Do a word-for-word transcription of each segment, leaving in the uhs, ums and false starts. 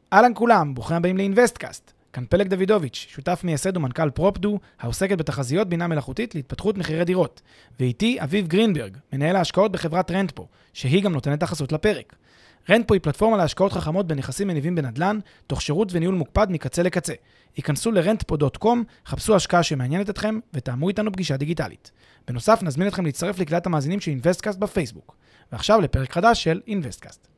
אהלן כולם, ברוכים הבאים לאינבסטקאסט. כאן פלג דוידוביץ', שותף מייסד ומנכ"ל פרופדו, העוסקת בתחזיות בינה מלאכותית להתפתחות מחירי דירות. ואיתי אביב גרינברג, מנהל ההשקעות בחברת רנטפו, שהיא גם נותנת החסות לפרק. רנטפו היא פלטפורמה להשקעות חכמות בנכסים מניבים בנדל"ן, תוך שירות וניהול מוקפד מקצה לקצה. היכנסו ל-רנטפו דוט קום, חפשו השקעה שמעניינת אתכם ותאמו איתנו פגישה דיגיטלית. בנוסף, נזמין אתכם להצטרף לקהילת המאזינים של אינבסטקאסט בפייסבוק. ועכשיו לפרק חדש של אינבסטקאסט.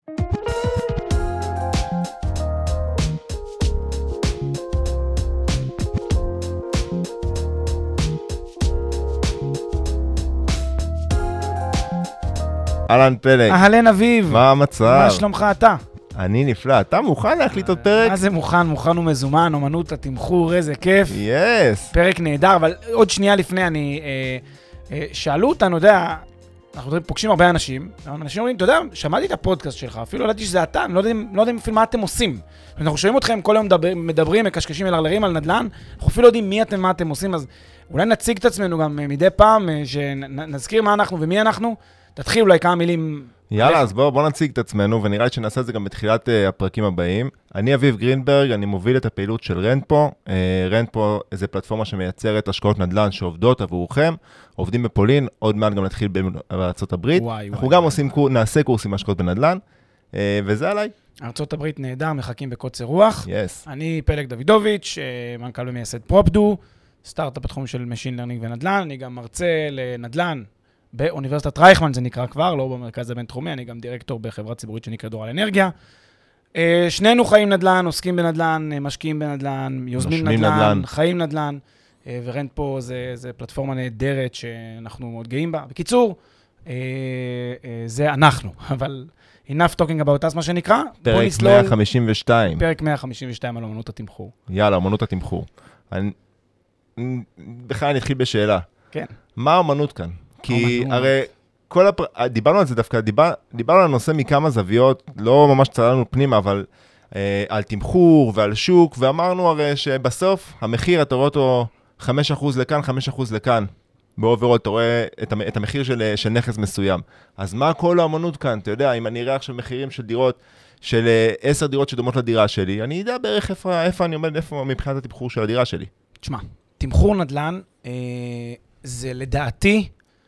אהלן פלג. אהלן אביב. מה המצב? מה שלומך אתה? אני נפלא. אתה מוכן להקליט עוד פרק? מה זה מוכן? מוכן ומזומן, אומנות התמחור, איזה כיף. יס. פרק נהדר, אבל עוד שנייה לפני אני... אה, אה, שאלו אותנו, יודע, אנחנו פוגשים הרבה אנשים, אנשים אומרים, אתה יודע, שמעתי את הפודקאסט שלך, אפילו ידעתי שזה אתה, אני לא יודע, לא יודע אפילו מה אתם עושים. אנחנו שומעים אתכם כל היום מדבר, מדברים, מקשקשים אלרלרים על נדל"ן, אנחנו אפילו לא יודעים מי אתם, מה אתם עושים, אז אולי נציג את עצמנו גם מדי פעם, שנזכיר מה אנחנו ומי אנחנו. תתחיל אולי כמה מילים. יאללה, אז בואו בוא נציג את עצמנו, ונראה לי שנעשה את זה גם בתחילת uh, הפרקים הבאים. אני אביב גרינברג, אני מוביל את הפעילות של רנטפו. Uh, רנטפו זה פלטפורמה שמייצרת השקעות נדל"ן שעובדות עבורכם. עובדים בפולין, עוד מעט גם נתחיל בארצות הברית. וואי, אנחנו וואי, גם וואי. עושים, קור... נעשה קורסים השקעות בנדל"ן, uh, וזה עליי. ארצות הברית נהדר, מחכים בקוצר רוח. Yes. אני פלג דוידוביץ', מנכ"ל ומייסד פרופדו, סטארט-אפ בתחום של Machine Learning ונדל"ן. אני גם מרצה לנדל"ן באוניברסיטת רייכמן, זה נקרא כבר, לא במרכז הבינתחומי, אני גם דירקטור בחברה ציבורית שנקרא דור על אנרגיה. שנינו חיים נדל"ן, עוסקים בנדל"ן, משקיעים בנדל"ן, יוזמים נדל"ן, נדל"ן, חיים נדל"ן, ורנטפו זה, זה פלטפורמה נהדרת שאנחנו מאוד גאים בה. בקיצור, זה אנחנו, אבל enough talking about us, מה שנקרא. פרק מאה חמישים ושתיים. פרק מאה חמישים ושתיים על אומנות התמחור. יאללה, אומנות התמחור. אני... בכלל אני אתחיל בשאלה. כן. מה האומנות כאן? כי הרי כל הפר... דיברנו על זה דווקא, דיבר... דיברנו על הנושא מכמה זוויות, לא ממש צללנו פנימה, אבל אה, על תמחור ועל שוק, ואמרנו הרי שבסוף המחיר, אתה רואה אותו חמישה אחוז לכאן, חמישה אחוז לכאן. באוברול, אתה רואה את, את המחיר של, של נכס מסוים. אז מה כל האמנות כאן? אתה יודע, אם אני אראה עכשיו מחירים של דירות, של עשר דירות שדומות לדירה שלי, אני יודע בערך איפה, איפה אני עומד, איפה מבחינת התמחור של הדירה שלי. תשמע, תמחור נדל"ן, אה, זה לדעתי,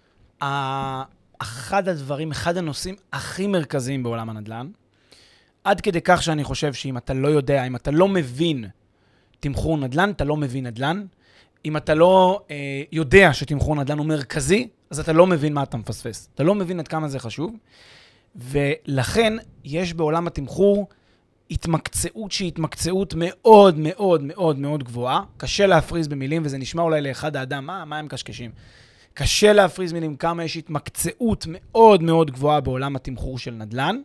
אחד הדברים, אחד הנושאים הכי מרכזיים בעולם הנדל"ן, עד כדי כך שאני חושב שאם אתה לא יודע, אם אתה לא מבין תמחור נדל"ן, אתה לא מבין נדל"ן. אם אתה לא אה, יודע שתמחור נדל"ן הוא מרכזי, אז אתה לא מבין מה אתה מפספס. אתה לא מבין עד כמה זה חשוב. ולכן יש בעולם התמחור התמקצעות שהיא התמקצעות מאוד מאוד מאוד מאוד גבוהה. קשה להפריז במילים, וזה נשמע אולי לאחד האדם, מה, מה הם קשקשים? קשה להפריז מילים כמה יש התמקצעות מאוד מאוד גבוהה בעולם התמחור של נדל"ן.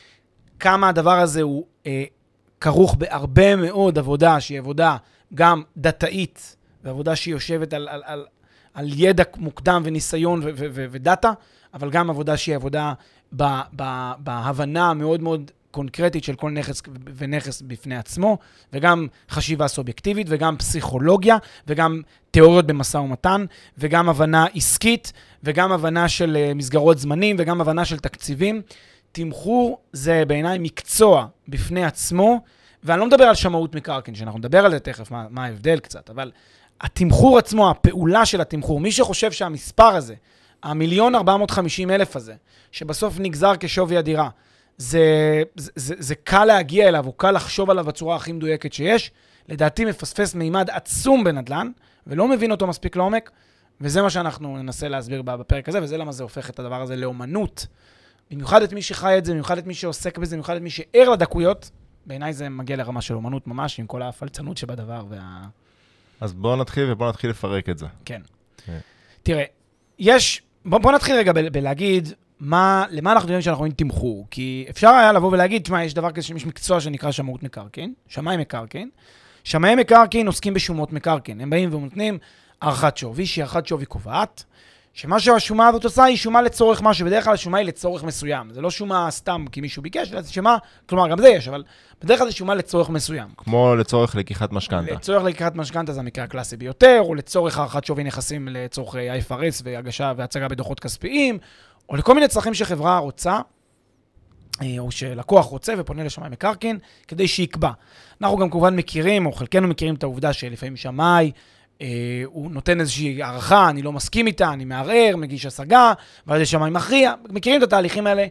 כמה הדבר הזה הוא אה, כרוך בהרבה מאוד עבודה, שהיא עבודה גם דאטאית, ועבודה שהיא יושבת על, על, על, על ידע מוקדם וניסיון ו- ו- ו- ודאטה, אבל גם עבודה שהיא עבודה ב- ב- בהבנה מאוד מאוד קונקרטית של כל נכס ונכס בפני עצמו, וגם חשיבה סובייקטיבית, וגם פסיכולוגיה, וגם תיאוריות במשא ומתן, וגם הבנה עסקית, וגם הבנה של מסגרות זמנים, וגם הבנה של תקציבים. תמחור זה בעיניי מקצוע בפני עצמו, ואני לא מדבר על שמאות מקרקעין, שאנחנו נדבר על זה תכף, מה, מה ההבדל קצת, אבל התמחור עצמו, הפעולה של התמחור, מי שחושב שהמספר הזה, המיליון ארבע מאות וחמישים אלף הזה, שבסוף נגזר כשווי הדירה, זה, זה, זה, זה קל להגיע אליו, הוא קל לחשוב עליו בצורה הכי מדויקת שיש, לדעתי מפספס מימד עצום בנדל"ן, ולא מבין אותו מספיק לעומק, וזה מה שאנחנו ננסה להסביר בפרק הזה, וזה למה זה הופך את הדבר הזה לאומנות. במיוחד את מי שחי את זה, במיוחד את מי שעוסק בזה, במיוחד את מי שער לדקויות, בעיניי זה מגיע לרמה של אומנות ממש, עם כל הפלצנות שבדבר וה... אז בואו נתחיל ובואו נתחיל לפרק את זה. כן. תראה, יש... בואו בוא נתחיל רגע ב- בלהגיד מה, למה אנחנו יודעים שאנחנו רואים תמחור. כי אפשר היה לבוא ולהגיד, תשמע, יש דבר כזה שיש מקצוע שנקרא שמאות מקרקעין, שמאי מקרקעין. שמאי מקרקעין עוסקים בשומות מקרקעין. הם באים ונותנים הערכת שווי, שהיא הערכת שווי קובעת, שמה שהשומה הזאת עושה היא שומה לצורך משהו, בדרך כלל השומה היא לצורך מסוים. זה לא שומה סתם כי מישהו ביקש, אלא זה שומה, כלומר גם זה יש, אבל בדרך כלל זה שומה לצורך מסוים. כמו לצורך לקיחת משכנתה. לצורך לקיחת משכנתה זה המקרה הקלאסי ביותר, או לצורך הערכת שווי נכסים לצורך איי אף אר אס והגשה והצגה בדוחות כספיים, או לכל מיני צרכים שחברה רוצה או שלקוח רוצה ופונה לשמאי מקרקעין, כדי שיקבע. אנחנו גם כמובן מכירים, או חלקנו מכירים את העובדה שלפעמים שמאי, אה, הוא נותן איזושהי הערכה, אני לא מסכים איתה, אני מערער, מגיש השגה, ואז יש שמאי מכריע, מכירים את התהליכים האלה,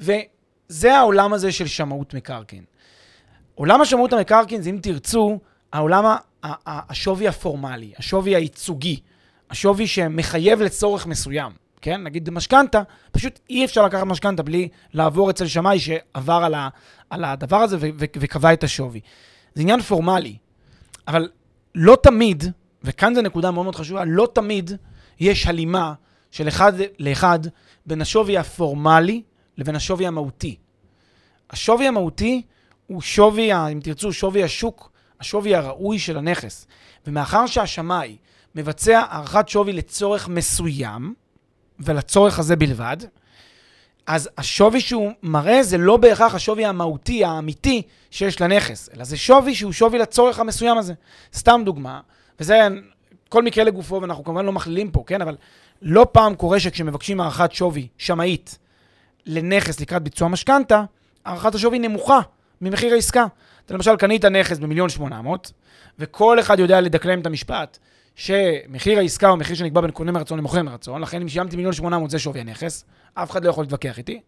וזה העולם הזה של שמאות מקרקעין. עולם השמאות המקרקעין, זה אם תרצו, העולם השווי הפורמלי, השווי הייצוגי, השווי שמחייב לצורך מסוים. כן? נגיד משכנתה, פשוט אי אפשר לקחת משכנתה בלי לעבור אצל שמאי שעבר על, ה, על הדבר הזה ו- ו- וקבע את השווי. זה עניין פורמלי, אבל לא תמיד, וכאן זה נקודה מאוד מאוד חשובה, לא תמיד יש הלימה של אחד לאחד בין השווי הפורמלי לבין השווי המהותי. השווי המהותי הוא שווי, אם תרצו, שווי השוק, השווי הראוי של הנכס. ומאחר שהשמאי מבצע הערכת שווי לצורך מסוים, ולצורך הזה בלבד, אז השווי שהוא מראה זה לא בהכרח השווי המהותי, האמיתי שיש לנכס, אלא זה שווי שהוא שווי לצורך המסוים הזה. סתם דוגמה, וזה כל מקרה לגופו, ואנחנו כמובן לא מכלילים פה, כן? אבל לא פעם קורה שכשמבקשים הערכת שווי שמאית לנכס לקראת ביצוע משכנתה, הערכת השווי נמוכה ממחיר העסקה. אתה למשל קנית נכס במיליון שמונה מאות, וכל אחד יודע לדקלם את המשפט, שמחיר העסקה הוא מחיר שנקבע בין קונה מרצון למוכר מרצון, לכן אם שילמתי מיליון שמונה מאות זה שווי הנכס, אף אחד לא יכול להתווכח איתי.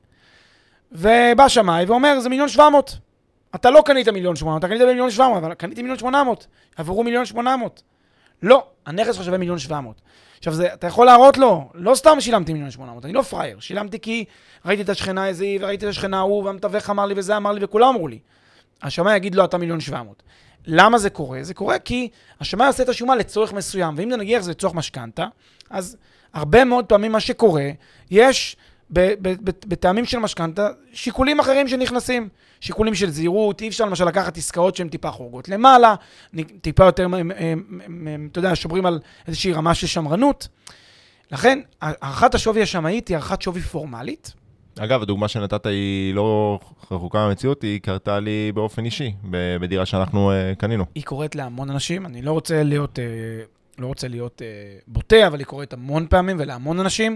ובא שמאי ואומר, זה מיליון שבע מאות. אתה לא קנית מיליון שמונה מאות, אתה קנית במיליון שבע מאות, אבל קניתי מיליון שמונה מאות. עברו מיליון שמונה מאות. לא, הנכס שווה מיליון שבע מאות. עכשיו, זה, אתה יכול להראות לו, לא סתם שילמתי מיליון שמונה מאות, אני לא פרייר. שילמתי כי ראיתי את השכנה איזה, וראיתי את השכנה ההוא, והמתווך אמר לי וזה אמר לי, וכולם אמרו לי. השמאי יגיד לו, אתה מיליון שבע מאות. למה זה קורה? זה קורה כי השמאי עושה את השומה לצורך מסוים, ואם נגיע זה לצורך משכנתה, אז הרבה מאוד פעמים מה שקורה, יש בטעמים של משכנתה שיקולים אחרים שנכנסים, שיקולים של זהירות, אי אפשר למשל לקחת עסקאות שהן טיפה חורגות למעלה, טיפה יותר, אתה יודע, שוברים על איזושהי רמה של שמרנות. לכן, הערכת השווי השמאית היא הערכת שווי פורמלית. אגב, הדוגמה שנתת היא לא רחוקה מהמציאות, היא קרתה לי באופן אישי, בדירה שאנחנו קנינו. היא קורית להמון אנשים, אני לא רוצה להיות, לא רוצה להיות בוטה, אבל היא קורית המון פעמים ולהמון אנשים.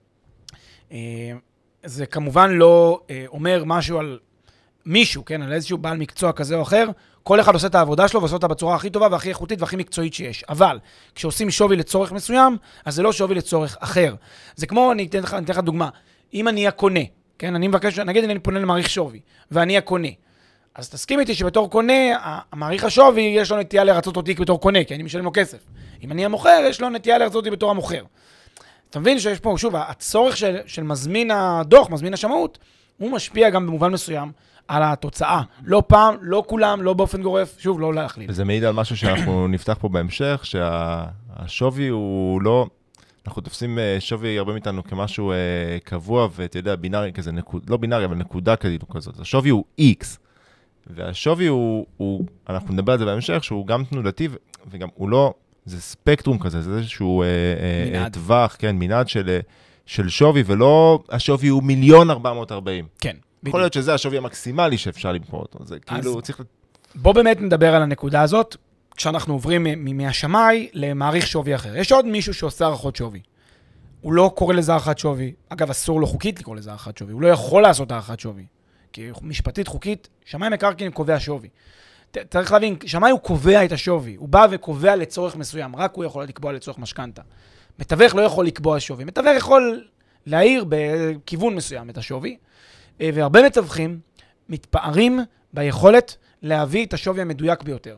זה כמובן לא אומר משהו על מישהו, כן, על איזשהו בעל מקצוע כזה או אחר. כל אחד עושה את העבודה שלו ועושה אותה בצורה הכי טובה והכי איכותית והכי מקצועית שיש. אבל כשעושים שווי לצורך מסוים, אז זה לא שווי לצורך אחר. זה כמו, אני אתן לך, אני אתן לך דוגמה. אם אני הקונה, כן, אני מבקש, נגיד אני פונה למעריך שווי, ואני הקונה. אז תסכים איתי שבתור קונה, המעריך השווי יש לו נטייה לרצות אותי בתור קונה, כי אני משלם לו כסף. אם אני המוכר, יש לו נטייה לרצות אותי בתור המוכר. אתה מבין שיש פה, שוב, הצורך של, של מזמין הדוח, מזמין השמאות, הוא משפיע גם במובן מסוים על התוצאה. לא פעם, לא כולם, לא באופן גורף, שוב, לא להכליל. וזה מעיד על משהו שאנחנו נפתח פה בהמשך, שהשווי הוא לא, אנחנו תופסים שווי הרבה מאיתנו כמשהו קבוע, ואתה יודע, בינארי כזה, לא בינארי, אבל נקודה כזאת. השווי הוא X, והשווי הוא, הוא, אנחנו נדבר על זה בהמשך, שהוא גם תנודתי, וגם הוא לא, זה ספקטרום כזה, זה איזשהו טווח, כן, מנעד של, של שווי, ולא השווי הוא מיליון ארבע מאות ארבעים. כן. יכול להיות שזה השווי המקסימלי שאפשר למכור אותו. זה כאילו צריך... בוא באמת נדבר על הנקודה הזאת, כשאנחנו עוברים מהשמאי למעריך שווי אחר. יש עוד מישהו שעושה הערכות שווי. הוא לא קורא לזה הערכת שווי. אגב, אסור לו חוקית לקרוא לזה הערכת שווי. הוא לא יכול לעשות הערכת שווי. כי משפטית חוקית, שמאי מקרקעין קובע שווי. צריך להבין, שמאי הוא קובע את השווי. הוא בא וקובע לצורך מסוים. רק הוא יכול לקבוע לצורך משכנתה. מתווך לא יכול לקבוע שווי. מתווך יכול להעיר בכיוון מסוים את השווי. והרבה מתווכים מתפארים ביכולת להביא את השווי המדויק ביותר.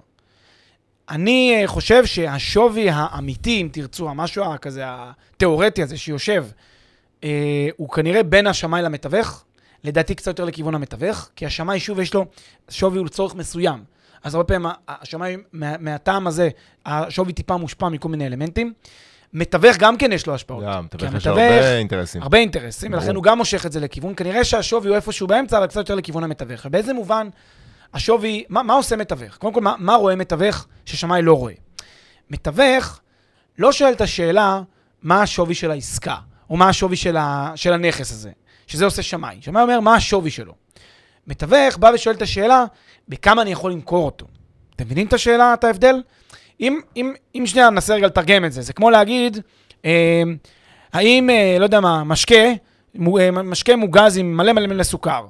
אני חושב שהשווי האמיתי, אם תרצו, המשהו כזה התיאורטי הזה שיושב, הוא כנראה בין השמאי למתווך, לדעתי קצת יותר לכיוון המתווך, כי השמאי שוב יש לו שווי הוא לצורך מסוים. אז הרבה פעמים השמאי מהטעם הזה, השווי טיפה מושפע מכל מיני אלמנטים. מתווך גם כן יש לו השפעות. גם, מתווך יש הרבה אינטרסים. הרבה אינטרסים, ולכן הוא גם מושך את זה לכיוון. כנראה שהשווי הוא איפשהו באמצע, אבל קצת יותר לכיוון המתווך. באיזה מובן השווי, מה, מה עושה מתווך? קודם כל, מה, מה רואה מתווך ששמאי לא רואה? מתווך לא שואל את השאלה מה השווי של העסקה, או מה השווי של, ה, של הנכס הזה, שזה עושה שמאי. שמאי אומר מה השווי שלו. מתווך בא ושואל את השאלה, בכמה אני יכול למכור אותו. אתם מבינים את השאלה, את ההבדל? אם, אם, אם שנייה ננסה רגע לתרגם את זה, זה כמו להגיד, אה, האם, אה, לא יודע מה, משקה, משקה מוגז עם מלא מלא מלא סוכר.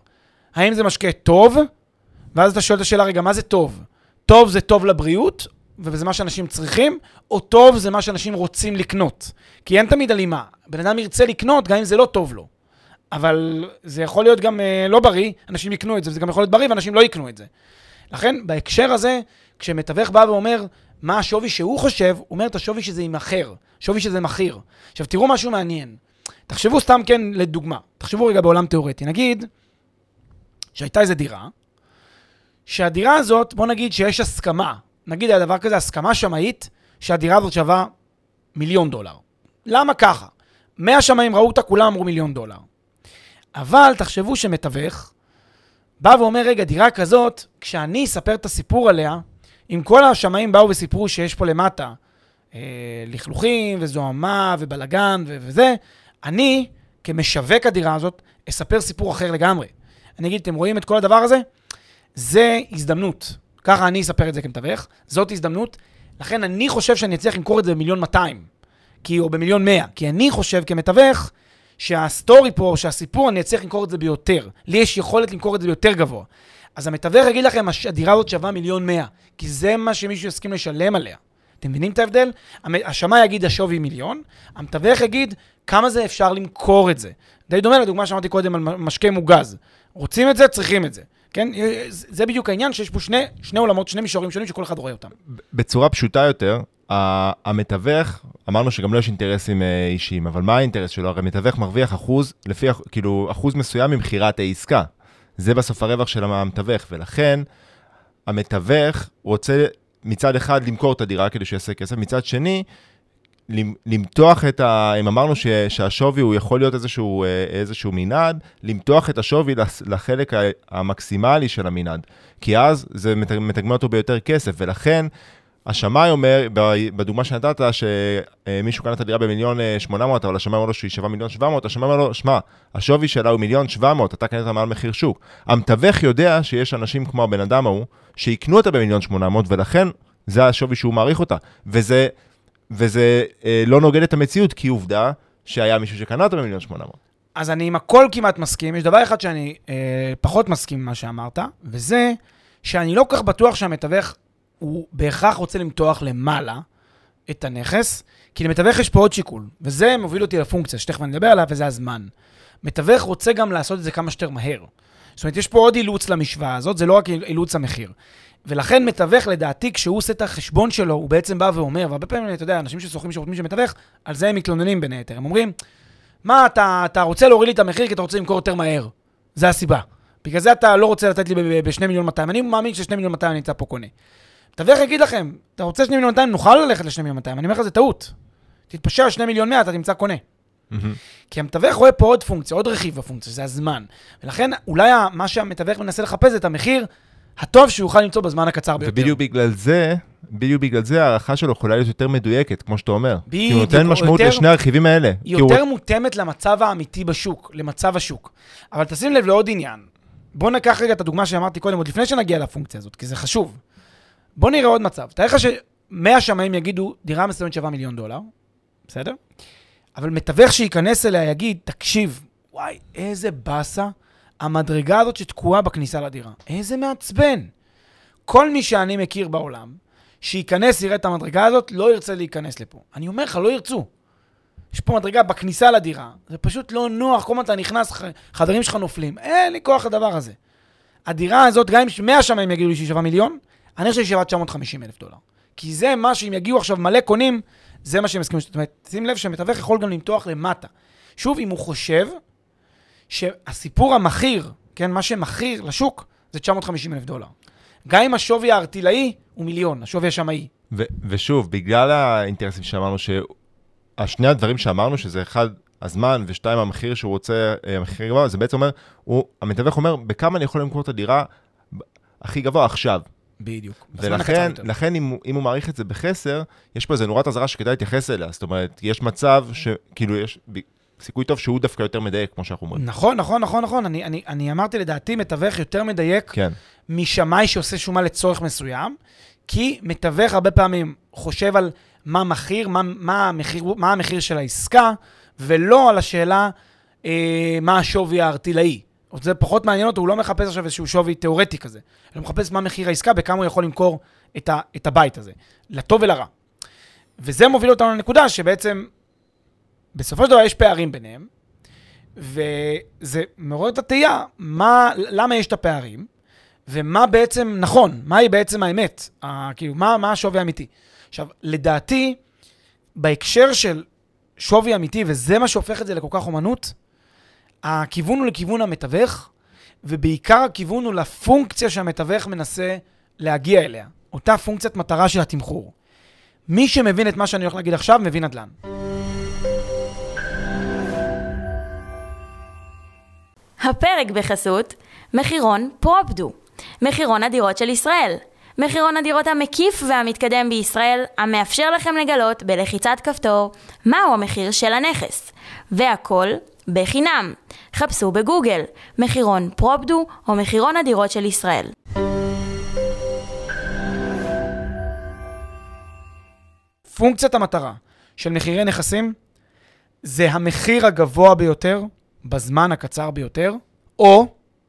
האם זה משקה טוב? ואז אתה שואל את השאלה, רגע, מה זה טוב? טוב זה טוב לבריאות, וזה מה שאנשים צריכים, או טוב זה מה שאנשים רוצים לקנות. כי אין תמיד הלימה. בן אדם ירצה לקנות, גם אם זה לא טוב לו. אבל זה יכול להיות גם אה, לא בריא, אנשים יקנו את זה, וזה גם יכול להיות בריא, ואנשים לא יקנו את זה. לכן, בהקשר הזה, כשמתווך בא ואומר מה השווי שהוא חושב, הוא אומר את השווי שזה ימחר, שווי שזה מחיר. עכשיו, תראו משהו מעניין. תחשבו סתם כן לדוגמה, תחשבו רגע בעולם תיאורטי. נגיד שהייתה איזו דירה, שהדירה הזאת, בוא נגיד שיש הסכמה, נגיד היה דבר כזה, הסכמה שמאית, שהדירה הזאת שווה מיליון דולר. למה ככה? מאה שמאים ראו אותה, כולם אמרו מיליון דולר. אבל תחשבו שמתווך, בא ואומר, רגע, דירה כזאת, כשאני אספר את הסיפור עליה, אם כל השמאים באו וסיפרו שיש פה למטה אה, לכלוכים וזוהמה ובלגן ו- וזה, אני, כמשווק הדירה הזאת, אספר סיפור אחר לגמרי. אני אגיד, אתם רואים את כל הדבר הזה? זה הזדמנות. ככה אני אספר את זה כמתווך, זאת הזדמנות. לכן אני חושב שאני אצליח למכור את זה במיליון מאתיים, כי, או במיליון מאה, כי אני חושב כמתווך, שהסטורי פה, שהסיפור, אני אצליח למכור את זה ביותר. לי יש יכולת למכור את זה ביותר גבוה. אז המתווך יגיד לכם, הדירה הזאת שווה מיליון מאה, כי זה מה שמישהו יסכים לשלם עליה. אתם מבינים את ההבדל? השמאי יגיד השווי מיליון, המתווך יגיד כמה זה אפשר למכור את זה. די דומה לדוגמה שאמרתי קודם על משקה מוגז. רוצים את זה, צריכים את זה. כן? זה בדיוק העניין שיש פה שני, שני עולמות, שני מישורים שונים שכל אחד רואה אותם. בצורה פשוטה יותר, המתווך, אמרנו שגם לא יש אינטרסים אישיים, אבל מה האינטרס שלו? הרי המתווך מרוויח אחוז, לפי, כאילו, אחוז מסוים ממחירת העסקה. זה בסוף הרווח של המתווך, ולכן המתווך רוצה מצד אחד למכור את הדירה כדי שיעשה כסף, מצד שני, למתוח את ה... אם אמרנו ש, שהשווי הוא יכול להיות איזשהו, איזשהו מנעד, למתוח את השווי לחלק המקסימלי של המנעד, כי אז זה מתגמל אותו ביותר כסף, ולכן השמאי אומר, בדוגמה שנתת, שמישהו קנה את הדירה במיליון שמונה מאות, אבל השמאי אומר לו שהיא שווה מיליון שבע מאות, השמאי אומר לו, שמע, השווי שלה הוא מיליון שבע מאות, אתה קנית מעל מחיר שוק. המתווך יודע שיש אנשים כמו הבן אדם ההוא, שיקנו אותה במיליון שמונה מאות, ולכן זה השווי שהוא מעריך אותה. וזה, וזה אה, לא נוגד את המציאות, כי עובדה שהיה מישהו שקנה אותה במיליון שמונה מאות. אז אני עם הכל כמעט מסכים. יש דבר אחד שאני אה, פחות מסכים ממה שאמרת, וזה שאני לא כך בטוח שהמתווך הוא בהכרח רוצה למתוח למעלה את הנכס, כי למתווך יש פה עוד שיקול, וזה מוביל אותי לפונקציה, שתכף אני אדבר עליו, וזה הזמן. מתווך רוצה גם לעשות את זה כמה שיותר מהר. זאת אומרת, יש פה עוד אילוץ למשוואה הזאת, זה לא רק אילוץ המחיר. ולכן מתווך, לדעתי, כשהוא עושה את החשבון שלו, הוא בעצם בא ואומר, והרבה פעמים, אתה יודע, אנשים ששוכרים שירותים של מתווך, על זה הם מתלוננים בין היתר. הם אומרים, מה, אתה, אתה רוצה להוריד לי את המחיר, כי אתה רוצה למכור יותר מהר. זה הסיבה. בגלל זה אתה לא רוצה לתת לי ב-שני מיליון מאתיים. אני מאמין ש-שני מיליון מאתיים אני נמצא פה קונה. מתווך יגיד לכם, אתה רוצה שני מיליון מאתיים, נוכל ללכת ל-שני מיליון מאתיים. אני אומר לך, זה טעות. תתפשר שני מיליון מאה, אתה תמצא קונה. כי המתווך רואה פה עוד פונקציה, עוד רכיב בפונקציה, זה הזמן. ולכן, אולי מה שהמתווך מנסה לחפש את המחיר הטוב שהוא יוכל למצוא בזמן הקצר ביותר. ובדיוק בגלל זה, בדיוק בגלל זה, הערכה שלו יכולה להיות יותר מדויקת, כמו שאתה אומר. כי הוא נותן משמעות לשני הרכיבים האלה. היא יותר מותאמת למצב האמיתי בשוק, למצב השוק. אבל תשים לב לעוד עניין. בוא ניקח רגע את הדוגמה שאמרתי קודם, עוד לפני שנגיע לפונקציה הזאת, כי זה חשוב. בוא נראה עוד מצב. תאר לך שמאה שמאים יגידו, דירה מסוימת שווה מיליון דולר, בסדר? אבל מתווך שייכנס אליה יגיד, תקשיב, וואי, איזה בסה, המדרגה הזאת שתקועה בכניסה לדירה. איזה מעצבן. כל מי שאני מכיר בעולם, שייכנס, יראה את המדרגה הזאת, לא ירצה להיכנס לפה. אני אומר לך, לא ירצו. יש פה מדרגה בכניסה לדירה. זה פשוט לא נוח, כל מה אתה נכנס, חדרים שלך נופלים. אין לי כוח לדבר הזה. הדירה הזאת, גם אם מאה שמאים יגידו לי שהיא שווה מיליון, אני חושב שהיא שווה תשע מאות וחמישים אלף דולר. כי זה מה שאם יגיעו עכשיו מלא קונים, זה מה שהם מסכימים. זאת אומרת, שים לב שמתווך יכול גם למתוח למטה. שוב, אם הוא חושב שהסיפור המחיר, כן, מה שמחיר לשוק, זה תשע מאות וחמישים אלף דולר. גם אם השווי הארטילאי הוא מיליון, השווי השמאי. ו- ושוב, בגלל האינטרסים שאמרנו, שהשני הדברים שאמרנו, שזה אחד הזמן ושתיים המחיר שהוא רוצה, המחיר גבוה, זה בעצם אומר, הוא, המתווך אומר, בכמה אני יכול למכור את הדירה הכי גבוה עכשיו. בדיוק. ולכן, לכן אם, אם הוא מעריך את זה בחסר, יש פה איזה נורת הזרה שכדאי להתייחס אליה. זאת אומרת, יש מצב שכאילו יש סיכוי טוב שהוא דווקא יותר מדייק, כמו שאנחנו אומרים. נכון, נכון, נכון, נכון. אני, אני, אני אמרתי לדעתי, מתווך יותר מדייק כן. משמאי שעושה שומה לצורך מסוים, כי מתווך הרבה פעמים חושב על מה מחיר, מה, מה המחיר, מה המחיר של העסקה, ולא על השאלה אה, מה השווי הארטילאי. זה פחות מעניין אותו, הוא לא מחפש עכשיו איזשהו שווי תיאורטי כזה. הוא מחפש מה מחיר העסקה, בכמה הוא יכול למכור את, ה, את הבית הזה, לטוב ולרע. וזה מוביל אותנו לנקודה שבעצם, בסופו של דבר יש פערים ביניהם, וזה מעורר את התהייה, מה, למה יש את הפערים, ומה בעצם נכון, מהי בעצם האמת, ה, כאילו, מה, מה השווי האמיתי. עכשיו, לדעתי, בהקשר של שווי אמיתי, וזה מה שהופך את זה לכל כך אומנות, הכיוון הוא לכיוון המתווך, ובעיקר הכיוון הוא לפונקציה שהמתווך מנסה להגיע אליה. אותה פונקציית מטרה של התמחור. מי שמבין את מה שאני הולך להגיד עכשיו, מבין נדל"ן. הפרק בחסות מחירון פרופדו, מחירון הדירות של ישראל. מחירון הדירות המקיף והמתקדם בישראל, המאפשר לכם לגלות בלחיצת כפתור מהו המחיר של הנכס. והכל בחינם. חפשו בגוגל, מחירון פרופדו או מחירון הדירות של ישראל. פונקציית המטרה של מחירי נכסים זה המחיר הגבוה ביותר בזמן הקצר ביותר, או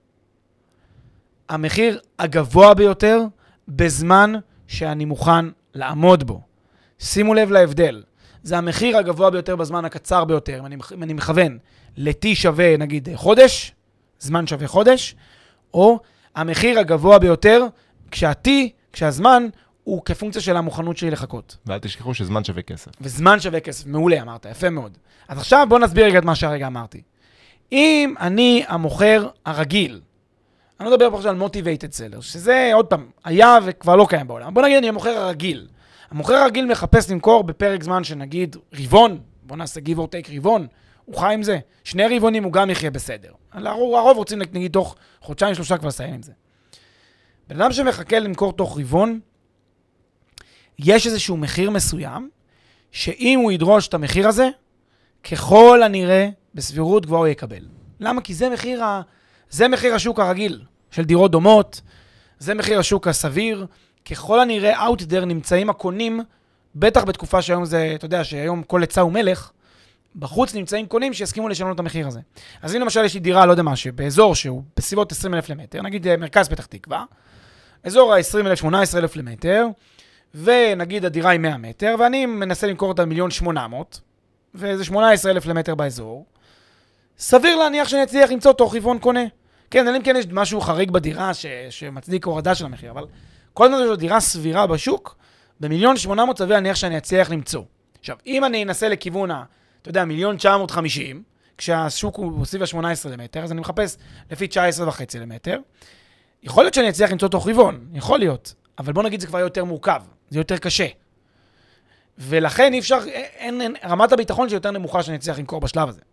המחיר הגבוה ביותר בזמן שאני מוכן לעמוד בו. שימו לב להבדל. זה המחיר הגבוה ביותר בזמן הקצר ביותר. אם אני, אם אני מכוון ל-T שווה נגיד חודש, זמן שווה חודש, או המחיר הגבוה ביותר כשה-T, כשהזמן הוא כפונקציה של המוכנות שלי לחכות. ואל תשכחו שזמן שווה כסף. וזמן שווה כסף. מעולה, אמרת. יפה מאוד. אז עכשיו בוא נסביר רגע את מה שהרגע אמרתי. אם אני המוכר הרגיל, אני לא מדבר פה עכשיו על motivated seller, שזה עוד פעם, היה וכבר לא קיים בעולם. בוא נגיד אני המוכר הרגיל. המוכר הרגיל מחפש למכור בפרק זמן שנגיד ריבון, בוא נעשה give or take ריבון, הוא חי עם זה. שני ריבונים הוא גם יחיה בסדר. הרוב רוצים נגיד תוך חודשיים שלושה כבר לסיים עם זה. בן אדם שמחכה למכור תוך ריבון, יש איזשהו מחיר מסוים, שאם הוא ידרוש את המחיר הזה, ככל הנראה בסבירות גבוהה הוא יקבל. למה? כי זה מחיר, ה... זה מחיר השוק הרגיל של דירות דומות, זה מחיר השוק הסביר, ככל הנראה out there נמצאים הקונים, בטח בתקופה שהיום זה, אתה יודע, שהיום כל עצה הוא מלך, בחוץ נמצאים קונים שיסכימו לשנות את המחיר הזה. אז אם למשל יש לי דירה, לא יודע מה, שבאזור שהוא בסביבות עשרים אלף למטר, נגיד מרכז פתח תקווה, אזור ה-עשרים אלף, שמונה עשרה אלף למטר, ונגיד הדירה היא מאה מטר, ואני מנסה למכור אותה מיליון שמונה מאות, וזה שמונה עשרה אלף למטר באזור, סביר להניח שאני אצליח למצוא תוך רבעון קונה. כן, אלא אם כן יש משהו חריג בדירה ש... שמצדיק הורדה של המחיר, אבל כל הזמן זו דירה סבירה בשוק, במיליון שמונה מאות סביר להניח שאני אצליח למצוא. עכשיו, אם אני אנסה לכיוון ה... אתה יודע, מיליון תשע מאות וחמישים, כשהשוק הוא סביב ה-שמונה עשרה למטר, אז אני מחפש לפי תשע עשרה וחצי למטר. יכול להיות שאני אצליח למצוא תוך רבעון, יכול להיות, אבל בוא נגיד זה כבר יותר מורכב, זה יותר קשה. ולכן אי אפשר, אין, אין, רמת הביטחון שיותר נמוכה שאני אצליח למכור בשלב הזה.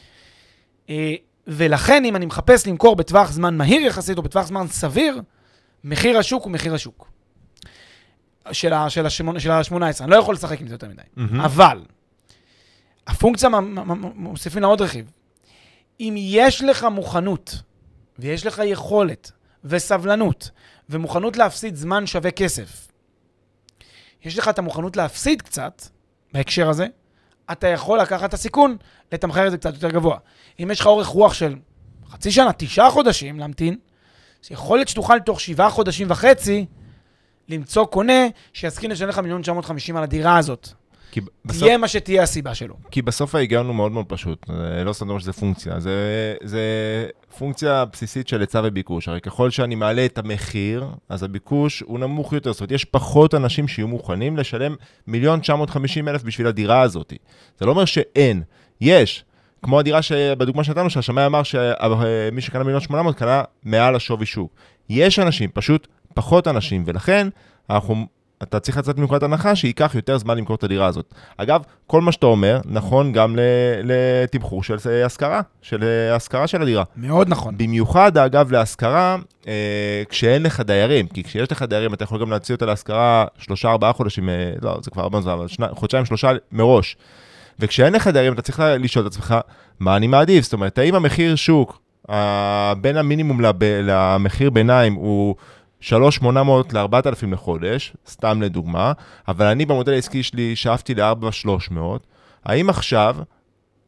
ולכן אם אני מחפש למכור בטווח זמן מהיר יחסית או בטווח זמן סביר, מחיר השוק הוא מחיר השוק. של ה-שמונה עשרה, אני לא יכול לשחק עם זה יותר מדי. Mm-hmm. אבל, הפונקציה מוסיפים לה עוד רכיב. אם יש לך מוכנות, ויש לך יכולת, וסבלנות, ומוכנות להפסיד זמן שווה כסף, יש לך את המוכנות להפסיד קצת, בהקשר הזה, אתה יכול לקחת את הסיכון, לתמחר את זה קצת יותר גבוה. אם יש לך אורך רוח של חצי שנה, תשעה חודשים להמתין, אז יכול להיות שתוכל תוך שבעה חודשים וחצי, למצוא קונה שיסכין לשלם לך מיליון תשע מאות וחמישים על הדירה הזאת. בסוף... תהיה מה שתהיה הסיבה שלו. כי בסוף ההיגיון הוא מאוד מאוד פשוט. לא סתם דבר שזה פונקציה. זה, זה פונקציה בסיסית של היצע וביקוש. הרי ככל שאני מעלה את המחיר, אז הביקוש הוא נמוך יותר. זאת אומרת, יש פחות אנשים שיהיו מוכנים לשלם מיליון תשע מאות וחמישים אלף בשביל הדירה הזאת. זה לא אומר שאין. יש. כמו הדירה שבדוגמה שנתנו, שהשמאי אמר שמי שקנה מיליון שמונה מאות קנה מעל השווי שוק. יש אנשים, פשוט פחות אנשים, ולכן אנחנו... אתה צריך לצאת מנקודת הנחה שייקח יותר זמן למכור את הדירה הזאת. אגב, כל מה שאתה אומר נכון גם לתמחור של השכרה, של השכרה של הדירה. מאוד נכון. במיוחד, אגב, להשכרה, אה, כשאין לך דיירים, כי כשיש לך דיירים, אתה יכול גם להציע אותה להשכרה שלושה, ארבעה חודשים, אה, לא, זה כבר הרבה זמן, אבל שני, חודשיים, שלושה מראש. וכשאין לך דיירים, אתה צריך לשאול את עצמך, מה אני מעדיף? זאת אומרת, האם המחיר שוק, אה, בין המינימום למחיר ביניים הוא... שלוש אלף שמונה מאות ל-ארבעת אלפים לחודש, סתם לדוגמה, אבל אני במודל העסקי שלי שאפתי ל-ארבע אלף ושלוש מאות, האם עכשיו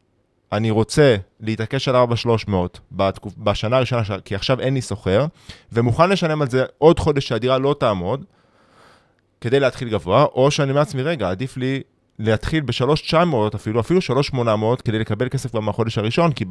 אני רוצה להתעקש על ארבע אלף ושלוש מאות בשנה הראשונה, כי עכשיו אין לי סוחר, ומוכן לשלם על זה עוד חודש שהדירה לא תעמוד, כדי להתחיל גבוה, או שאני מעצמי, רגע, עדיף לי להתחיל ב-שלוש אלף תשע מאות אפילו, אפילו שלוש אלף שמונה מאות, כדי לקבל כסף כבר מהחודש הראשון, כי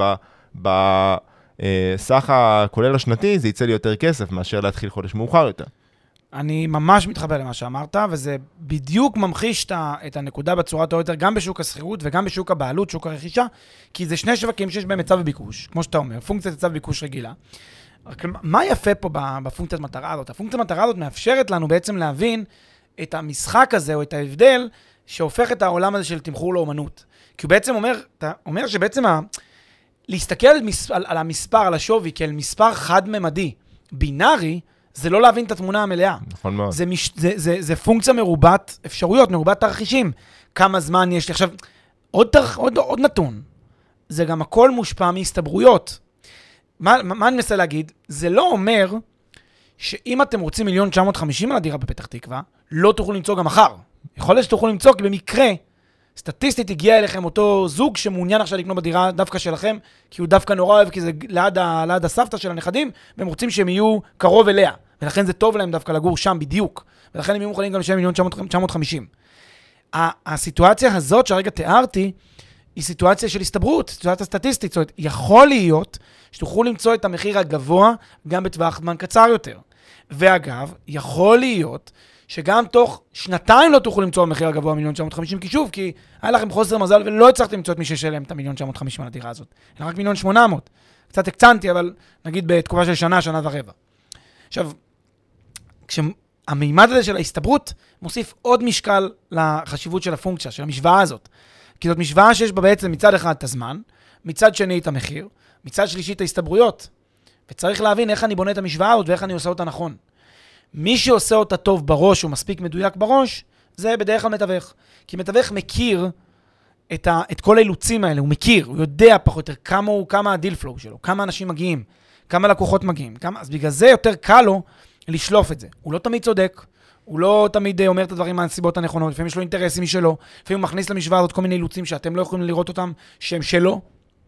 בסך הכולל השנתי זה יצא לי יותר כסף, מאשר להתחיל חודש מאוחר יותר. אני ממש מתחבר למה שאמרת, וזה בדיוק ממחיש את הנקודה בצורה טובה יותר, גם בשוק השכירות וגם בשוק הבעלות, שוק הרכישה, כי זה שני שווקים שיש בהם היצע וביקוש, כמו שאתה אומר, פונקציית היצע וביקוש רגילה. מה יפה פה בפונקציית מטרה הזאת? הפונקציית מטרה הזאת מאפשרת לנו בעצם להבין את המשחק הזה, או את ההבדל, שהופך את העולם הזה של תמחור לאומנות. כי הוא בעצם אומר, אתה אומר שבעצם ה... להסתכל על, מס... על, על המספר, על השווי, כאל מספר חד-ממדי, בינארי, זה לא להבין את התמונה המלאה. נכון מאוד. זה, מש... זה, זה, זה פונקציה מרובת אפשרויות, מרובת תרחישים. כמה זמן יש לי. עכשיו, עוד, תרח... עוד, עוד נתון. זה גם הכל מושפע מהסתברויות. מה, מה אני מנסה להגיד? זה לא אומר שאם אתם רוצים מיליון תשע מאות וחמישים על הדירה בפתח תקווה, לא תוכלו למצוא גם מחר. יכול להיות שתוכלו למצוא, כי במקרה, סטטיסטית הגיע אליכם אותו זוג שמעוניין עכשיו לקנות בדירה דווקא שלכם, כי הוא דווקא נורא אוהב, כי זה ליד, ה, ליד הסבתא של הנכדים, והם רוצים שהם יהיו קרוב אליה. ולכן זה טוב להם דווקא לגור שם בדיוק. ולכן הם יהיו מוכנים גם לשלם מיליון תשע מאות וחמישים. הסיטואציה הזאת שהרגע תיארתי, היא סיטואציה של הסתברות, סיטואציה סטטיסטית. זאת אומרת, יכול להיות שתוכלו למצוא את המחיר הגבוה גם בטווח זמן קצר יותר. ואגב, יכול להיות שגם תוך שנתיים לא תוכלו למצוא המחיר הגבוה מיליון תשע מאות וחמישים, כי שוב, כי היה לכם חוסר מזל ולא הצלחתם למצוא את מי ששלם את המיליון תשע מאות וחמישים על הדירה הזאת. אלא רק מיליון שמונה מאות. קצת הקצנתי, אבל נגיד בתקופה של שנה, שנה ורבע. עכשיו, כשהמימד הזה של ההסתברות מוסיף עוד משקל לחשיבות של הפונקציה, של המשוואה הזאת. כי זאת משוואה שיש בה בעצם מצד אחד את הזמן, מצד שני את המחיר, מצד שלישי את ההסתברויות. וצריך להבין איך אני בונה את המשוואה הזאת ואיך אני עושה אותה נכון. מי שעושה אותה טוב בראש, הוא מספיק מדויק בראש, זה בדרך כלל מתווך. כי מתווך מכיר את, ה, את כל האילוצים האלה, הוא מכיר, הוא יודע פחות יותר כמה הוא, כמה הדיל פלואו שלו, כמה אנשים מגיעים, כמה לקוחות מגיעים, כמה, אז בגלל זה יותר קל לו לשלוף את זה. הוא לא תמיד צודק, הוא לא תמיד אומר את הדברים מהסיבות הנכונות, לפעמים יש לו אינטרסים משלו, לפעמים הוא מכניס למשוואה הזאת כל מיני אילוצים שאתם לא יכולים לראות אותם, שהם שלו,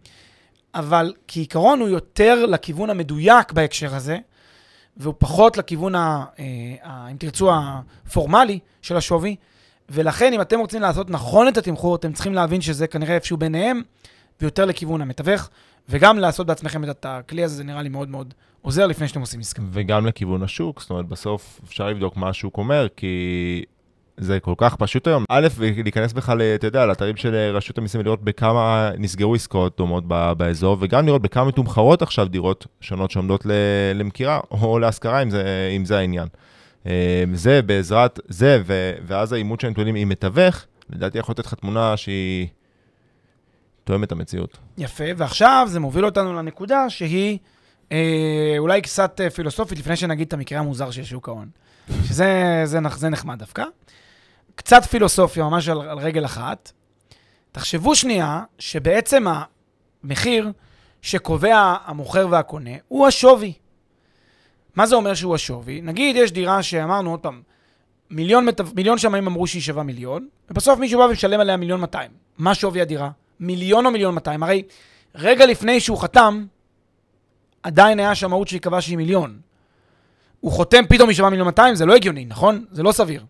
אבל כעיקרון הוא יותר לכיוון המדויק בהקשר הזה, והוא פחות לכיוון, ה, ה, אם תרצו, הפורמלי של השווי, ולכן אם אתם רוצים לעשות נכון את התמחור, אתם צריכים להבין שזה כנראה איפשהו ביניהם, ויותר לכיוון המתווך, וגם לעשות בעצמכם את הכלי הזה, זה נראה לי מאוד מאוד עוזר לפני שאתם עושים עסקה. וגם לכיוון השוק, זאת אומרת, בסוף אפשר לבדוק מה השוק אומר, כי זה כל כך פשוט היום. א', להיכנס בכלל, אתה יודע, לאתרים של רשות המיסים, לראות בכמה נסגרו עסקאות דומות באזור, וגם לראות בכמה מתומחרות עכשיו דירות שונות שעומדות למכירה, או להשכרה, אם זה, אם זה העניין. זה בעזרת זה, ואז האימות שהנתונים עם מתווך, לדעתי יכול לתת לך תמונה שהיא תואמת המציאות. יפה, ועכשיו זה מוביל אותנו לנקודה שהיא אה, אולי קצת פילוסופית, לפני שנגיד את המקרה המוזר של שוק ההון. שזה זה, זה נחמד דווקא. קצת פילוסופיה, ממש על, על רגל אחת. תחשבו שנייה שבעצם המחיר שקובע המוכר והקונה הוא השווי. מה זה אומר שהוא השווי? נגיד יש דירה שאמרנו עוד פעם, מיליון, מיליון שמאים אמרו שהיא שווה מיליון, ובסוף מישהו בא ומשלם עליה מיליון מאתיים. מה שווי הדירה? מיליון או מיליון מאתיים? הרי רגע לפני שהוא חתם, עדיין היה שמאות שהיא קבעה שהיא מיליון. הוא חותם פתאום משווה מיליון מאתיים, זה לא הגיוני, נכון? זה לא סביר.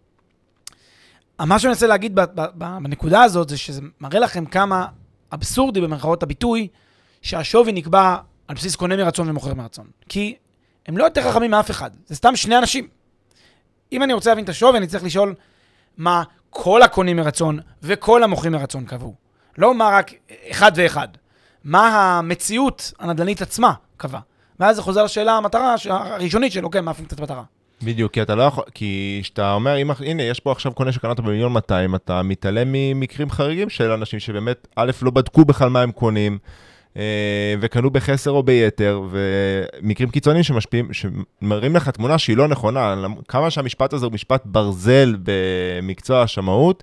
מה שאני רוצה להגיד בנקודה הזאת, זה שזה מראה לכם כמה אבסורדי במרכאות הביטוי, שהשווי נקבע על בסיס קונה מרצון ומוכר מרצון. כי הם לא יותר חכמים מאף אחד. זה סתם שני אנשים. אם אני רוצה להבין את השווי, אני צריך לשאול מה כל הקונים מרצון וכל המוכרים מרצון קבעו. לא מה רק אחד ואחד. מה המציאות הנדל"נית עצמה קבע. ואז זה חוזר לשאלה המטרה הראשונית של, אוקיי, מה פונקציית מטרה? בדיוק, כי אתה לא יכול, כי שאתה אומר, אם, הנה, יש פה עכשיו קונה שקנה אותו במיליון מאתיים, אתה מתעלם ממקרים חריגים של אנשים שבאמת, א', לא בדקו בכלל מה הם קונים, וקנו בחסר או ביתר, ומקרים קיצוניים שמשפיעים, שמראים לך תמונה שהיא לא נכונה, כמה שהמשפט הזה הוא משפט ברזל במקצוע השמאות,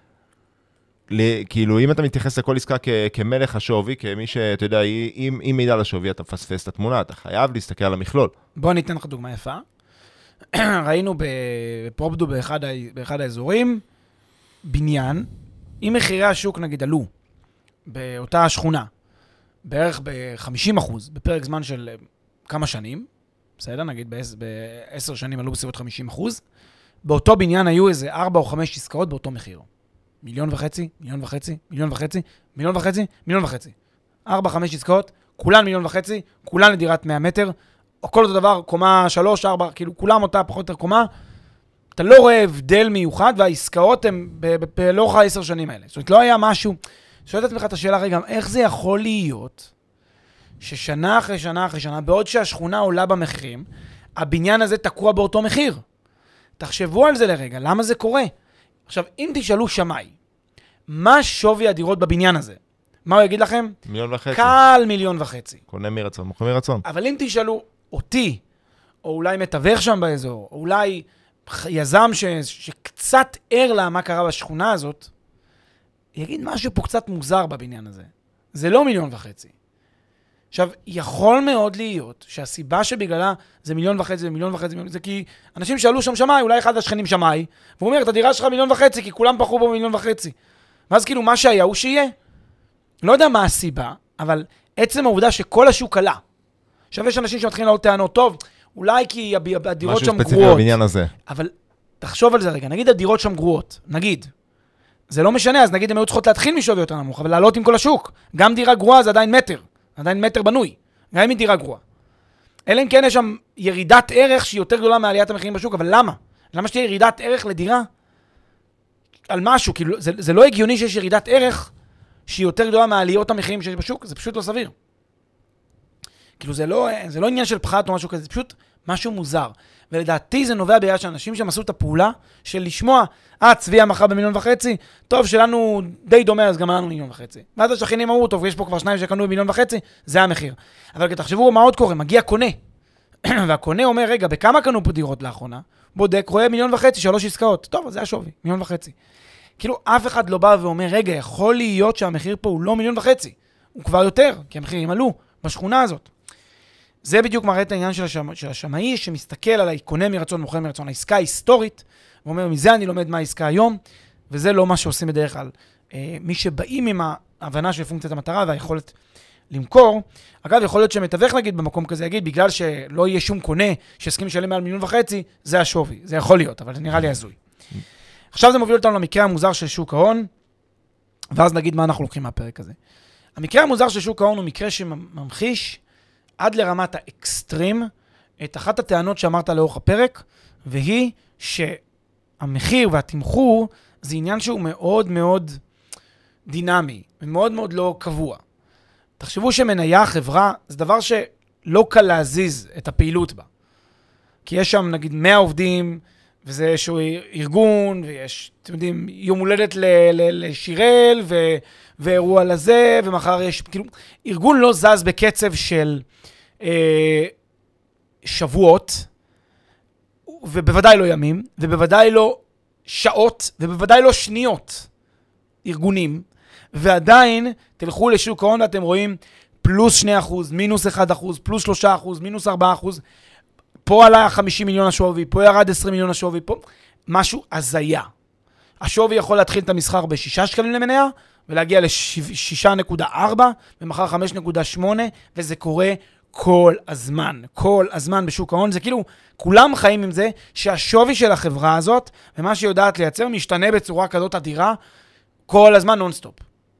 כאילו, אם אתה מתייחס לכל עסקה כמלך השווי, כמי שאתה יודע, אם מידע לשווי, אתה מפספס את התמונה, אתה חייב להסתכל על המכלול. בוא ניתן לך דוגמה יפה. ראינו בפרופדו באחד, באחד האזורים, בניין, אם מחירי השוק נגיד עלו באותה שכונה, בערך ב-חמישים אחוז, בפרק זמן של כמה שנים, בסדר? נגיד ב-עשר שנים עלו בסביבות חמישים אחוז, באותו בניין היו איזה ארבע או חמש עסקאות באותו מחיר. מיליון וחצי, מיליון וחצי, מיליון וחצי, מיליון וחצי, מיליון וחצי. ארבע, חמש עסקאות, כולן מיליון וחצי, כולן לדירת מאה מטר, או כל אותו דבר, קומה שלוש, ארבע, כאילו כולם אותה פחות יותר קומה, אתה לא רואה הבדל מיוחד, והעסקאות הן לאורך העשר שנים האלה. זאת אומרת, לא היה משהו, שואלת את עצמך את השאלה רגע, איך זה יכול להיות ששנה אחרי שנה אחרי שנה, בעוד שהשכונה עולה במחירים, הבניין הזה תקוע באותו מחיר? תחשבו על זה לרגע, למה זה קורה? עכשיו, אם תשאלו שמאי, מה שווי הדירות בבניין הזה? מה הוא יגיד לכם? מיליון וחצי. קל מיליון וחצי. קונה מרצון, מוכר מרצון. אבל אם תשאלו אותי, או אולי מתווך שם באזור, או אולי יזם ש... שקצת ער לה מה קרה בשכונה הזאת, יגיד משהו פה קצת מוזר בבניין הזה. זה לא מיליון וחצי. עכשיו, יכול מאוד להיות שהסיבה שבגללה זה מיליון וחצי, זה מיליון וחצי, זה כי אנשים שאלו שם שמאי, אולי אחד השכנים שמאי, והוא אומר, את הדירה שלך מיליון וחצי, כי כולם פחו בו מיליון וחצי. ואז כאילו מה שהיה הוא שיהיה. לא יודע מה הסיבה, אבל עצם העובדה שכל השוק עלה. עכשיו יש אנשים שמתחילים לעלות טענות, טוב, אולי כי הדירות שם גרועות. משהו ספציפי בבניין הזה. אבל תחשוב על זה רגע, נגיד הדירות שם גרועות, נגיד. זה לא משנה, אז נגיד הם היו צריכות להתחיל משווי יותר נמוך, אבל לעלות עם כל השוק. גם דירה גרועה זה עדיין מטר, עדיין מטר בנוי, גם אם היא דירה גרועה. אלא אם כן יש שם ירידת ערך שהיא יותר גדולה מעליית המחירים בשוק, אבל למה? למה שתהיה ירידת ערך לדירה? על משהו, כאילו, זה, זה לא הגיוני שיש ירידת ערך שהיא יותר גדולה מעליות המחירים שיש בשוק, זה פשוט לא סביר. כאילו זה לא, זה לא עניין של פחת או משהו כזה, זה פשוט משהו מוזר. ולדעתי זה נובע ביד שאנשים שם עשו את הפעולה של לשמוע, אה, צבי המחר במיליון וחצי, טוב, שלנו די דומה, אז גם לנו מיליון וחצי. ואז השכנים אמרו, טוב, יש פה כבר שניים שקנו במיליון וחצי, זה המחיר. אבל תחשבו מה עוד קורה, מגיע קונה. והקונה אומר, רגע, בכמה קנו פה דירות לאחרונה? בודק, רואה מיליון וחצי, שלוש עסקאות. טוב, אז זה השווי, מיליון וחצי. כאילו, אף אחד לא בא ואומר, רגע, יכול להיות שהמחיר פה הוא לא מיליון וחצי. הוא כבר יותר, כי המחירים עלו בשכונה הזאת. זה בדיוק מראה את העניין של, השמ... של השמאי, שמסתכל על הקונה מרצון, מוכר מרצון, העסקה ההיסטורית, ואומר, מזה אני לומד מה העסקה היום, וזה לא מה שעושים בדרך כלל. אה, מי שבאים עם ההבנה של פונקציית המטרה והיכולת למכור, אגב, יכול להיות שמתווך נגיד במקום כזה, יגיד, בגלל שלא יהיה שום קונה שהסכים לשלם מעל מיליון וחצי, זה השווי. זה יכול להיות, אבל זה נראה לי הזוי. עכשיו זה מוביל אותנו למקרה המוזר של שוק ההון, ואז נגיד מה אנחנו לוקחים מהפרק הזה. המקרה המוזר של שוק ההון הוא מקרה שממחיש עד לרמת האקסטרים את אחת הטענות שאמרת לאורך הפרק, והיא שהמחיר והתמחור זה עניין שהוא מאוד מאוד דינמי, ומאוד מאוד לא קבוע. תחשבו שמניה חברה זה דבר שלא קל להזיז את הפעילות בה. כי יש שם נגיד מאה עובדים, וזה איזשהו ארגון, ויש, אתם יודעים, יום הולדת ל- ל- לשירל, ו- ואירוע לזה, ומחר יש, כאילו, ארגון לא זז בקצב של אה, שבועות, ובוודאי לא ימים, ובוודאי לא שעות, ובוודאי לא שניות, ארגונים, ועדיין תלכו לשוק ההון ואתם רואים פלוס שני אחוז, מינוס אחד אחוז, פלוס שלושה אחוז, מינוס ארבעה אחוז, פה עלה חמישים מיליון השווי, פה ירד עשרים מיליון השווי, פה משהו הזיה. השווי יכול להתחיל את המסחר בשישה שקלים למניה, ולהגיע ל-שישה נקודה ארבע, ומחר חמש נקודה שמונה, וזה קורה כל הזמן, כל הזמן בשוק ההון. זה כאילו, כולם חיים עם זה, שהשווי של החברה הזאת, ומה שהיא יודעת לייצר, משתנה בצורה כזאת אדירה, כל הזמן נונסטופ.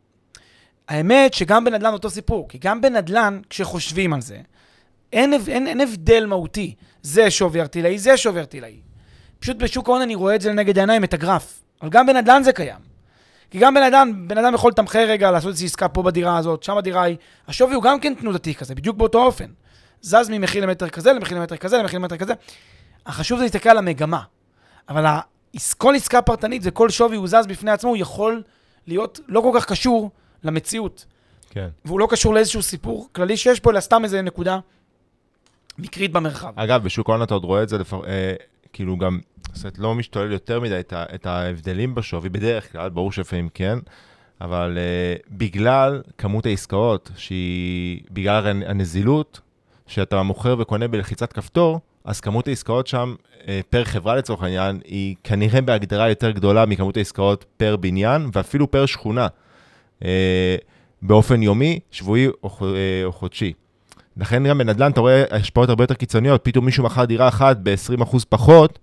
האמת שגם בנדל"ן אותו סיפור, כי גם בנדל"ן, כשחושבים על זה, אין, אין, אין הבדל מהותי. זה שווי ארטילאי, זה שווי ארטילאי. פשוט בשוק ההון אני רואה את זה לנגד העיניים, את הגרף. אבל גם בנדל"ן זה קיים. כי גם בנדל"ן, בנדל"ן יכול לתמחר רגע, לעשות איזושהי עסקה פה בדירה הזאת, שם הדירה היא. השווי הוא גם כן תנודתי כזה, בדיוק באותו אופן. זז ממחיר למטר כזה, למחיר למטר כזה, למחיר למטר כזה. החשוב זה להסתכל על המגמה. אבל כל עסקה פרטנית וכל שווי הוא זז בפני עצמו, הוא יכול להיות לא כל כך קשור למציאות. כן. והוא לא קשור לאיזשהו סיפור כללי שיש פה, אלא סתם איזה נקודה מקרית במרחב. אגב, בשוק ההון אתה עוד רואה את זה, לפר... אה, כאילו גם, זאת לא משתולל יותר מדי את, ה... את ההבדלים בשווי, בדרך כלל, ברור שלפעמים כן, אבל אה, בגלל כמות העסקאות, שהיא, בגלל הנזילות, שאתה מוכר וקונה בלחיצת כפתור, אז כמות העסקאות שם, אה, פר חברה לצורך העניין, היא כנראה בהגדרה יותר גדולה מכמות העסקאות פר בניין, ואפילו פר שכונה. אה, באופן יומי, שבועי או, או חודשי. לכן גם בנדל"ן אתה רואה השפעות הרבה יותר קיצוניות, פתאום מישהו מכר דירה אחת ב-עשרים אחוז פחות,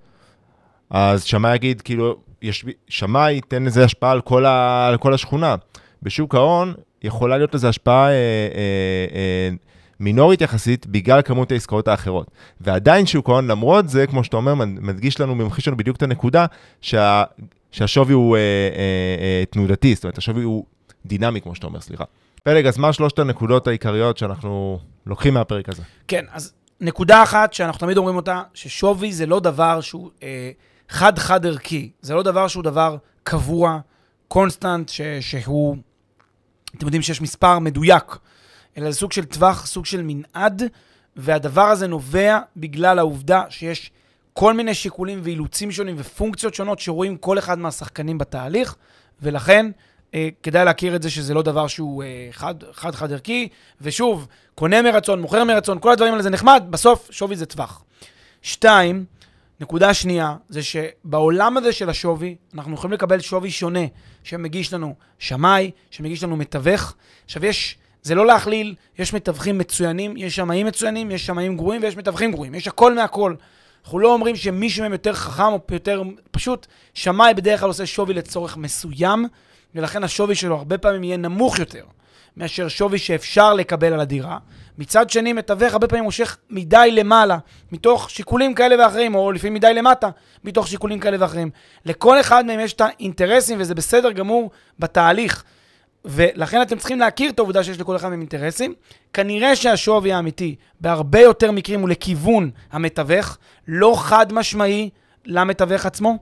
אז שמאי יגיד, כאילו, יש, שמאי ייתן לזה השפעה על כל, ה, על כל השכונה. בשוק ההון יכולה להיות לזה השפעה אה, אה, אה, מינורית יחסית, בגלל כמות העסקאות האחרות. ועדיין שוק ההון, למרות זה, כמו שאתה אומר, מדגיש לנו, ממחיש לנו בדיוק את הנקודה, שה, שהשווי הוא אה, אה, אה, תנודתי, זאת אומרת, השווי הוא דינמי, כמו שאתה אומר, סליחה. פלג, אז מה שלושת הנקודות העיקריות שאנחנו לוקחים מהפרק הזה? כן, אז נקודה אחת שאנחנו תמיד אומרים אותה, ששווי זה לא דבר שהוא אה, חד-חד ערכי, זה לא דבר שהוא דבר קבוע, קונסטנט, ש- שהוא, אתם יודעים שיש מספר מדויק, אלא זה סוג של טווח, סוג של מנעד, והדבר הזה נובע בגלל העובדה שיש כל מיני שיקולים ואילוצים שונים ופונקציות שונות שרואים כל אחד מהשחקנים בתהליך, ולכן אה, כדאי להכיר את זה שזה לא דבר שהוא אה, חד, חד חד ערכי, ושוב, קונה מרצון, מוכר מרצון, כל הדברים האלה זה נחמד, בסוף שווי זה טווח. שתיים, נקודה שנייה, זה שבעולם הזה של השווי, אנחנו יכולים לקבל שווי שונה, שמגיש לנו שמאי, שמגיש לנו מתווך. עכשיו יש, זה לא להכליל, יש מתווכים מצוינים, יש שמאים מצוינים, יש שמאים גרועים ויש מתווכים גרועים, יש הכל מהכל. אנחנו לא אומרים שמישהו מהם יותר חכם או יותר פשוט, שמאי בדרך כלל עושה שווי לצורך מסוים, ולכן השווי שלו הרבה פעמים יהיה נמוך יותר, מאשר שווי שאפשר לקבל על הדירה. מצד שני, מתווך הרבה פעמים מושך מדי למעלה, מתוך שיקולים כאלה ואחרים, או לפעמים מדי למטה, מתוך שיקולים כאלה ואחרים. לכל אחד מהם יש את האינטרסים, וזה בסדר גמור בתהליך. ולכן אתם צריכים להכיר את העובדה שיש לכל אחד מהם אינטרסים. כנראה שהשווי האמיתי, בהרבה יותר מקרים הוא לכיוון המתווך, לא חד משמעי למתווך עצמו,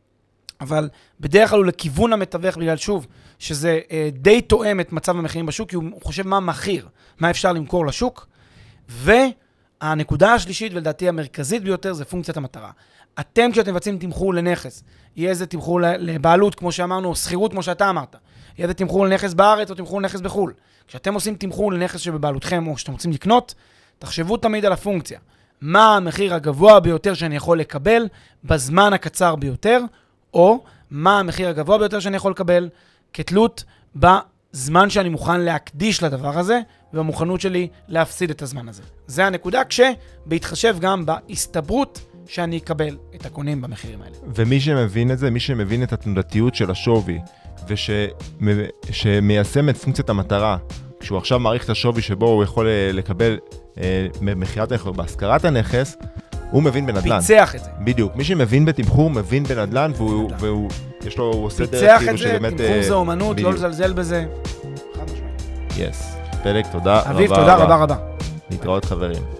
אבל בדרך כלל הוא לכיוון המתווך, בגלל שוב, שזה אה, די תואם את מצב המחירים בשוק, כי הוא חושב מה מחיר, מה אפשר למכור לשוק. והנקודה השלישית, ולדעתי המרכזית ביותר, זה פונקציית המטרה. אתם כשאתם מבצעים תמחור לנכס, יהיה איזה תמחור לבעלות, כמו שאמרנו, או שכירות, כמו שאתה אמרת. יהיה איזה תמחור לנכס בארץ, או תמחור לנכס בחול. כשאתם עושים תמחור לנכס שבבעלותכם, או שאתם רוצים לקנות, תחשבו תמיד על הפונקציה. מה המחיר הגבוה ביותר שאני יכול לקבל, בזמן הקצר ביותר, או מה המחיר הגבוה ביותר שאני יכול לקבל, כתלות בזמן שאני מוכן להקדיש לדבר הזה, ובמוכנות שלי להפסיד את הזמן הזה. זה הנקודה, כשבהתחשב גם בהסתברות שאני אקבל את הקונים במחירים האלה. ומי שמבין את זה, מי שמבין את התנודתיות של השווי, ושמיישם את פונקציית המטרה, כשהוא עכשיו מעריך את השווי שבו הוא יכול לקבל מחירת הנכס או בהשכרת הנכס, הוא מבין בנדל"ן. פיצח את זה. בדיוק. מי שמבין בתמחור, מבין בנדל"ן, והוא, והוא, יש לו, הוא עושה דרך כאילו שבאמת... פיצח את זה, תמחור זה אומנות, לא לזלזל בזה. חד משמעית. יס. פלג, תודה רבה. אביב, תודה רבה רבה. להתראות חברים.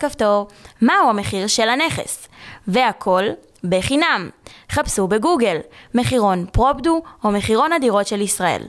כפתור מהו המחיר של הנכס, והכל בחינם. חפשו בגוגל מחירון פרופדו או מחירון הדירות של ישראל.